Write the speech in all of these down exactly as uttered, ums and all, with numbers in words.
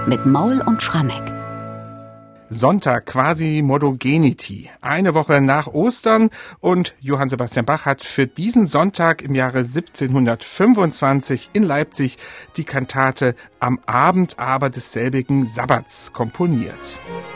mit Maul und Schrammeck. Sonntag, Quasi-Modogenity. Eine Woche nach Ostern und Johann Sebastian Bach hat für diesen Sonntag im Jahre siebzehnhundertfünfundzwanzig in Leipzig die Kantate Am Abend aber desselbigen Sabbats komponiert.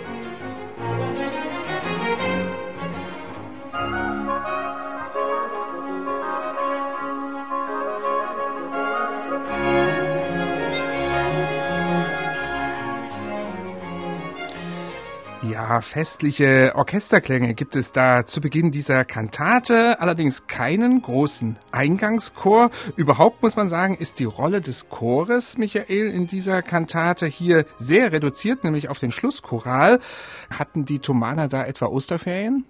Ja, festliche Orchesterklänge gibt es da zu Beginn dieser Kantate, allerdings keinen großen Eingangschor. Überhaupt muss man sagen, ist die Rolle des Chores, Michael, in dieser Kantate hier sehr reduziert, nämlich auf den Schlusschoral. Hatten die Thomaner da etwa Osterferien?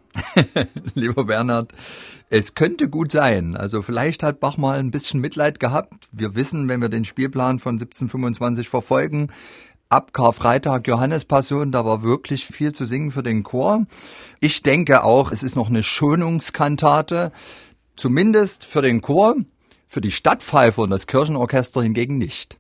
Lieber Bernhard, es könnte gut sein. Also vielleicht hat Bach mal ein bisschen Mitleid gehabt. Wir wissen, wenn wir den Spielplan von siebzehnhundertfünfundzwanzig verfolgen, ab Karfreitag Johannespassion, da war wirklich viel zu singen für den Chor. Ich denke auch, es ist noch eine Schonungskantate, zumindest für den Chor, für die Stadtpfeife und das Kirchenorchester hingegen nicht.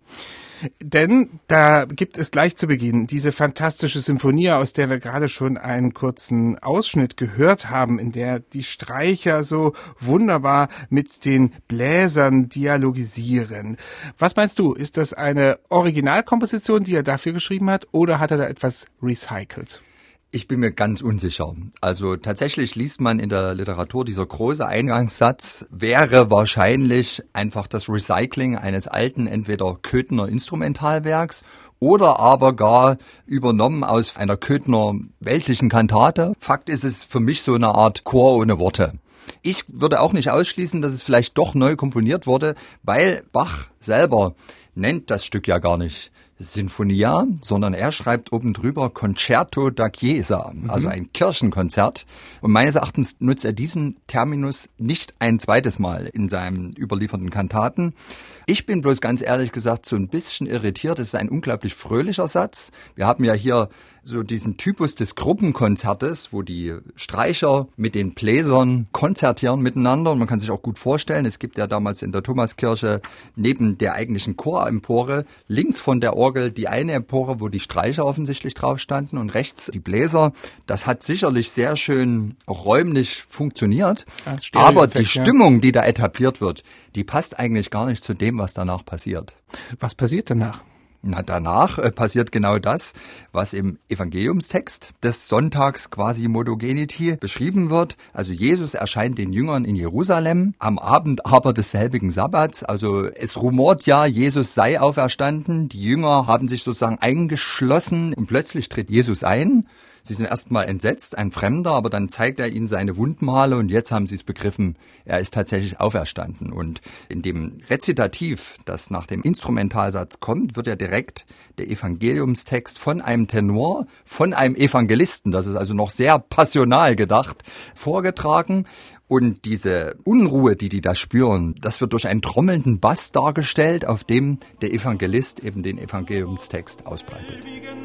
Denn da gibt es gleich zu Beginn diese fantastische Symphonie, aus der wir gerade schon einen kurzen Ausschnitt gehört haben, in der die Streicher so wunderbar mit den Bläsern dialogisieren. Was meinst du, ist das eine Originalkomposition, die er dafür geschrieben hat, oder hat er da etwas recycelt? Ich bin mir ganz unsicher. Also tatsächlich liest man in der Literatur, dieser große Eingangssatz wäre wahrscheinlich einfach das Recycling eines alten, entweder Köthener Instrumentalwerks oder aber gar übernommen aus einer Köthener weltlichen Kantate. Fakt ist, es für mich so eine Art Chor ohne Worte. Ich würde auch nicht ausschließen, dass es vielleicht doch neu komponiert wurde, weil Bach selber nennt das Stück ja gar nicht Sinfonia, sondern er schreibt oben drüber Concerto da Chiesa, mhm. also ein Kirchenkonzert. Und meines Erachtens nutzt er diesen Terminus nicht ein zweites Mal in seinen überlieferten Kantaten. Ich bin bloß ganz ehrlich gesagt so ein bisschen irritiert. Es ist ein unglaublich fröhlicher Satz. Wir haben ja hier so diesen Typus des Gruppenkonzertes, wo die Streicher mit den Bläsern konzertieren miteinander. Und man kann sich auch gut vorstellen, es gibt ja damals in der Thomaskirche neben der eigentlichen Chorempore links von der Orgel die eine Empore, wo die Streicher offensichtlich drauf standen und rechts die Bläser. Das hat sicherlich sehr schön auch räumlich funktioniert. Aber die Stimmung, die da etabliert wird, die passt eigentlich gar nicht zu dem, was danach passiert. Was passiert danach? Na, danach äh, passiert genau das, was im Evangeliumstext des Sonntags Quasi-Modogenity beschrieben wird. Also Jesus erscheint den Jüngern in Jerusalem, am Abend aber desselbigen Sabbats. Also es rumort ja, Jesus sei auferstanden. Die Jünger haben sich sozusagen eingeschlossen und plötzlich tritt Jesus ein. Sie sind erstmal entsetzt, ein Fremder, aber dann zeigt er ihnen seine Wundmale und jetzt haben sie es begriffen, er ist tatsächlich auferstanden. Und in dem Rezitativ, das nach dem Instrumentalsatz kommt, wird ja direkt der Evangeliumstext von einem Tenor, von einem Evangelisten, das ist also noch sehr passional gedacht, vorgetragen. Und diese Unruhe, die die da spüren, das wird durch einen trommelnden Bass dargestellt, auf dem der Evangelist eben den Evangeliumstext ausbreitet.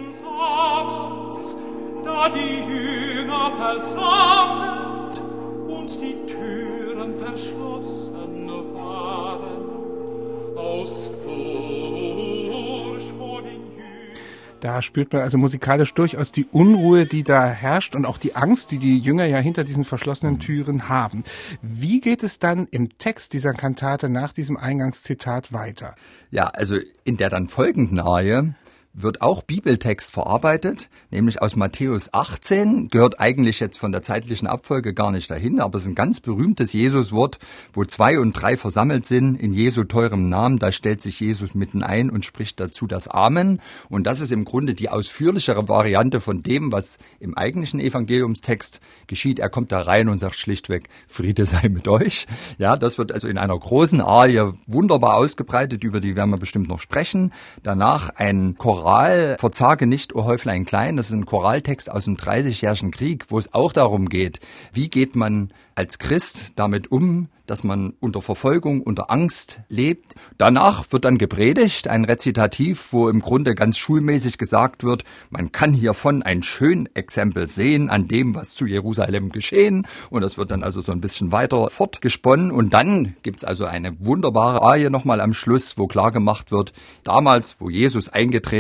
Da die Jünger versammelt und die Türen verschlossen waren, aus Furcht vor den Jüngern. Da spürt man also musikalisch durchaus die Unruhe, die da herrscht und auch die Angst, die die Jünger ja hinter diesen verschlossenen Türen haben. Wie geht es dann im Text dieser Kantate nach diesem Eingangszitat weiter? Ja, also in der dann folgenden Arie wird auch Bibeltext verarbeitet, nämlich aus Matthäus achtzehn, gehört eigentlich jetzt von der zeitlichen Abfolge gar nicht dahin, aber es ist ein ganz berühmtes Jesuswort, wo zwei und drei versammelt sind in Jesu teurem Namen, da stellt sich Jesus mitten ein und spricht dazu das Amen. Und das ist im Grunde die ausführlichere Variante von dem, was im eigentlichen Evangeliumstext geschieht. Er kommt da rein und sagt schlichtweg, Friede sei mit euch. Ja, das wird also in einer großen Arie wunderbar ausgebreitet, über die werden wir bestimmt noch sprechen. Danach ein Choral, Verzage nicht, o Häuflein klein, das ist ein Choraltext aus dem dreißigjährigen Krieg, wo es auch darum geht, wie geht man als Christ damit um, dass man unter Verfolgung, unter Angst lebt. Danach wird dann gepredigt, ein Rezitativ, wo im Grunde ganz schulmäßig gesagt wird, man kann hiervon ein Schönexempel sehen an dem, was zu Jerusalem geschehen. Und das wird dann also so ein bisschen weiter fortgesponnen. Und dann gibt's also eine wunderbare Arie nochmal am Schluss, wo klar gemacht wird, damals, wo Jesus eingetreten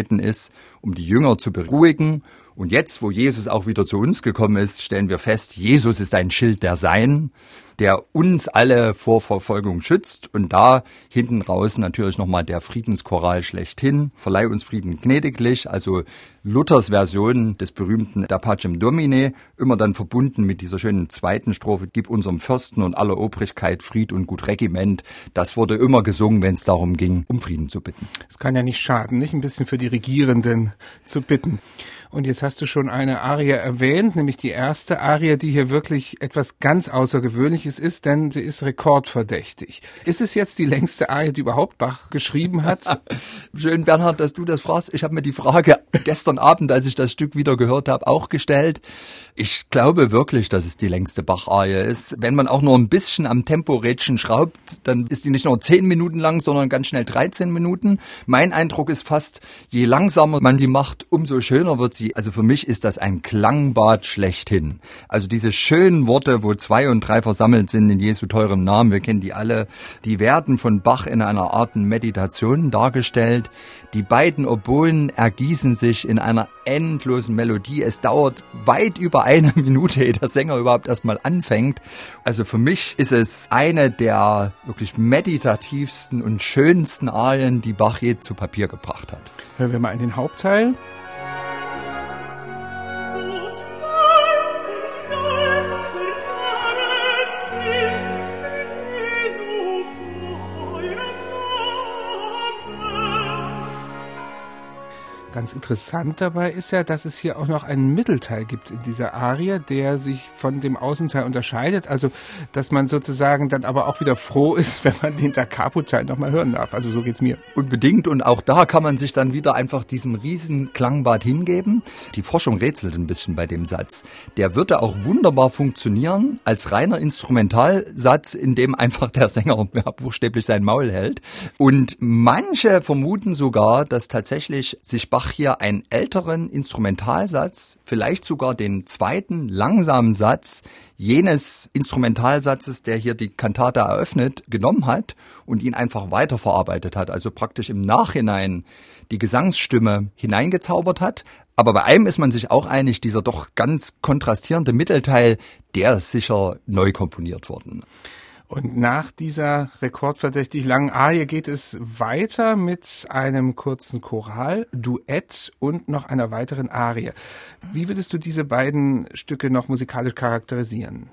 aufgetreten ist, um die Jünger zu beruhigen. Und jetzt, wo Jesus auch wieder zu uns gekommen ist, stellen wir fest, Jesus ist ein Schild der Seinen, der uns alle vor Verfolgung schützt. Und da hinten raus natürlich nochmal der Friedenschoral schlechthin. Verleih uns Frieden gnädiglich, also Luthers Version des berühmten Da Pacem Domine, immer dann verbunden mit dieser schönen zweiten Strophe, gib unserem Fürsten und aller Obrigkeit Fried und gut Regiment. Das wurde immer gesungen, wenn es darum ging, um Frieden zu bitten. Es kann ja nicht schaden, nicht ein bisschen für die Regierenden zu bitten. Und jetzt hast du schon eine Arie erwähnt, nämlich die erste Arie, die hier wirklich etwas ganz Außergewöhnliches ist, denn sie ist rekordverdächtig. Ist es jetzt die längste Arie, die überhaupt Bach geschrieben hat? Schön, Bernhard, dass du das fragst. Ich habe mir die Frage gestern Abend, als ich das Stück wieder gehört habe, auch gestellt. Ich glaube wirklich, dass es die längste Bach-Arie ist. Wenn man auch nur ein bisschen am Temporädchen schraubt, dann ist die nicht nur zehn Minuten lang, sondern ganz schnell dreizehn Minuten. Mein Eindruck ist fast, je langsamer man die macht, umso schöner wird sie. Also für mich ist das ein Klangbad schlechthin. Also diese schönen Worte, wo zwei und drei versammelt sind in Jesu teurem Namen, wir kennen die alle, die werden von Bach in einer Art Meditation dargestellt. Die beiden Oboen ergießen sich in einer endlosen Melodie. Es dauert weit über eine Minute, ehe der Sänger überhaupt erstmal anfängt. Also für mich ist es eine der wirklich meditativsten und schönsten Arien, die Bach je zu Papier gebracht hat. Hören wir mal in den Hauptteil. Ganz interessant dabei ist ja, dass es hier auch noch einen Mittelteil gibt in dieser Arie, der sich von dem Außenteil unterscheidet. Also, dass man sozusagen dann aber auch wieder froh ist, wenn man den Da Capo-Teil nochmal hören darf. Also so geht's mir. Unbedingt. Und auch da kann man sich dann wieder einfach diesem riesen Klangbad hingeben. Die Forschung rätselt ein bisschen bei dem Satz. Der würde auch wunderbar funktionieren als reiner Instrumentalsatz, in dem einfach der Sänger ja, buchstäblich sein Maul hält. Und manche vermuten sogar, dass tatsächlich sich Bach hier einen älteren Instrumentalsatz, vielleicht sogar den zweiten langsamen Satz jenes Instrumentalsatzes, der hier die Kantate eröffnet, genommen hat und ihn einfach weiterverarbeitet hat, also praktisch im Nachhinein die Gesangsstimme hineingezaubert hat. Aber bei einem ist man sich auch einig, dieser doch ganz kontrastierende Mittelteil, der ist sicher neu komponiert worden. Und nach dieser rekordverdächtig langen Arie geht es weiter mit einem kurzen Choral, Duett und noch einer weiteren Arie. Wie würdest du diese beiden Stücke noch musikalisch charakterisieren?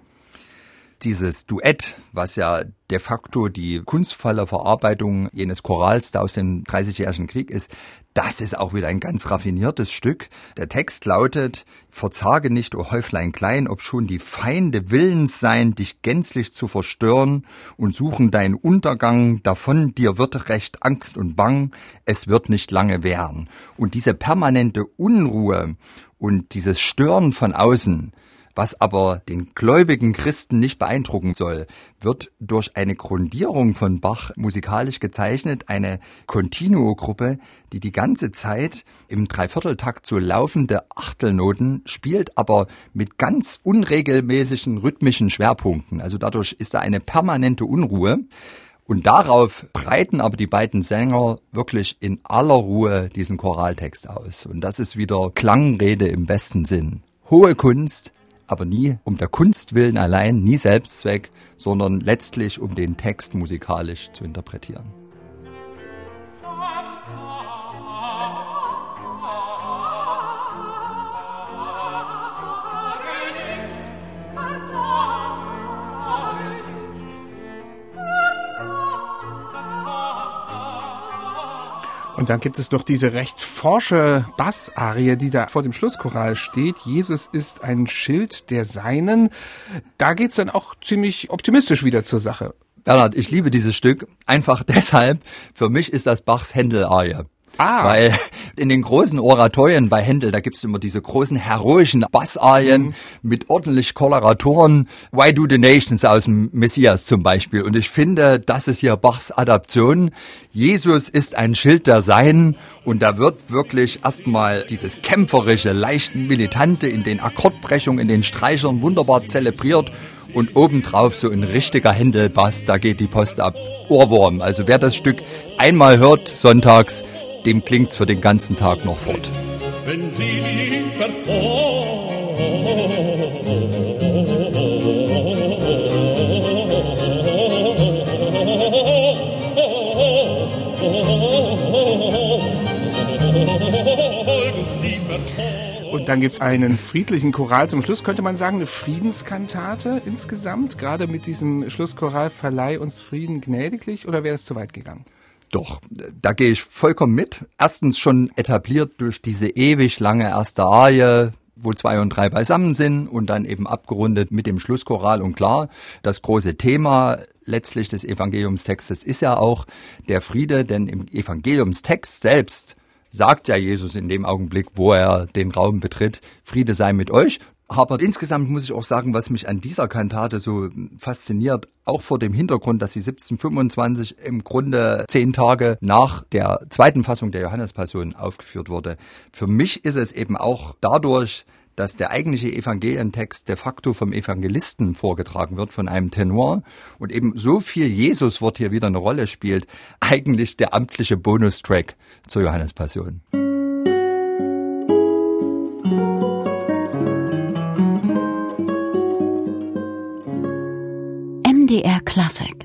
Dieses Duett, was ja de facto die kunstvolle Verarbeitung jenes Chorals da aus dem Dreißigjährigen Krieg ist, das ist auch wieder ein ganz raffiniertes Stück. Der Text lautet: Verzage nicht, o Häuflein klein, obschon die Feinde willens sein, dich gänzlich zu verstören und suchen deinen Untergang. Davon dir wird recht Angst und Bang, es wird nicht lange währen. Und diese permanente Unruhe und dieses Stören von außen, was aber den gläubigen Christen nicht beeindrucken soll, wird durch eine Grundierung von Bach musikalisch gezeichnet, eine Continuo-Gruppe, die die ganze Zeit im Dreivierteltakt so laufende Achtelnoten spielt, aber mit ganz unregelmäßigen rhythmischen Schwerpunkten. Also dadurch ist da eine permanente Unruhe. Und darauf breiten aber die beiden Sänger wirklich in aller Ruhe diesen Choraltext aus. Und das ist wieder Klangrede im besten Sinn. Hohe Kunst, aber nie um der Kunst willen allein, nie Selbstzweck, sondern letztlich um den Text musikalisch zu interpretieren. Und dann gibt es noch diese recht forsche Bassarie, die da vor dem Schlusschoral steht. Jesus ist ein Schild der Seinen. Da geht's dann auch ziemlich optimistisch wieder zur Sache. Bernhard, ich liebe dieses Stück einfach deshalb. Für mich ist das Bachs Händel-Arie. Ah. Weil in den großen Oratorien bei Händel, da gibt's immer diese großen heroischen Bassarien mhm. mit ordentlich Koloraturen. Why Do the Nations aus dem Messias zum Beispiel. Und ich finde, das ist hier Bachs Adaption. Jesus ist ein Schild der Seinen und da wird wirklich erstmal dieses kämpferische, leicht militante in den Akkordbrechungen, in den Streichern wunderbar zelebriert. Und obendrauf so ein richtiger Händelbass, da geht die Post ab. Ohrwurm. Also wer das Stück einmal hört sonntags, dem klingt's für den ganzen Tag noch fort. Wenn sie ihn verfolgt, und dann gibt es einen friedlichen Choral zum Schluss. Könnte man sagen, eine Friedenskantate insgesamt? Gerade mit diesem Schlusschoral, verleih uns Frieden gnädiglich, oder wäre es zu weit gegangen? Doch, da gehe ich vollkommen mit. Erstens schon etabliert durch diese ewig lange erste Arie, wo zwei und drei beisammen sind und dann eben abgerundet mit dem Schlusschoral. Und klar, das große Thema letztlich des Evangeliumstextes ist ja auch der Friede, denn im Evangeliumstext selbst sagt ja Jesus in dem Augenblick, wo er den Raum betritt, Friede sei mit euch. Aber insgesamt muss ich auch sagen, was mich an dieser Kantate so fasziniert, auch vor dem Hintergrund, dass sie siebzehnhundertfünfundzwanzig im Grunde zehn Tage nach der zweiten Fassung der Johannespassion aufgeführt wurde. Für mich ist es eben auch dadurch, dass der eigentliche Evangelientext de facto vom Evangelisten vorgetragen wird, von einem Tenor, und eben so viel Jesuswort hier wieder eine Rolle spielt, eigentlich der amtliche Bonustrack zur Johannespassion. M D R Klassik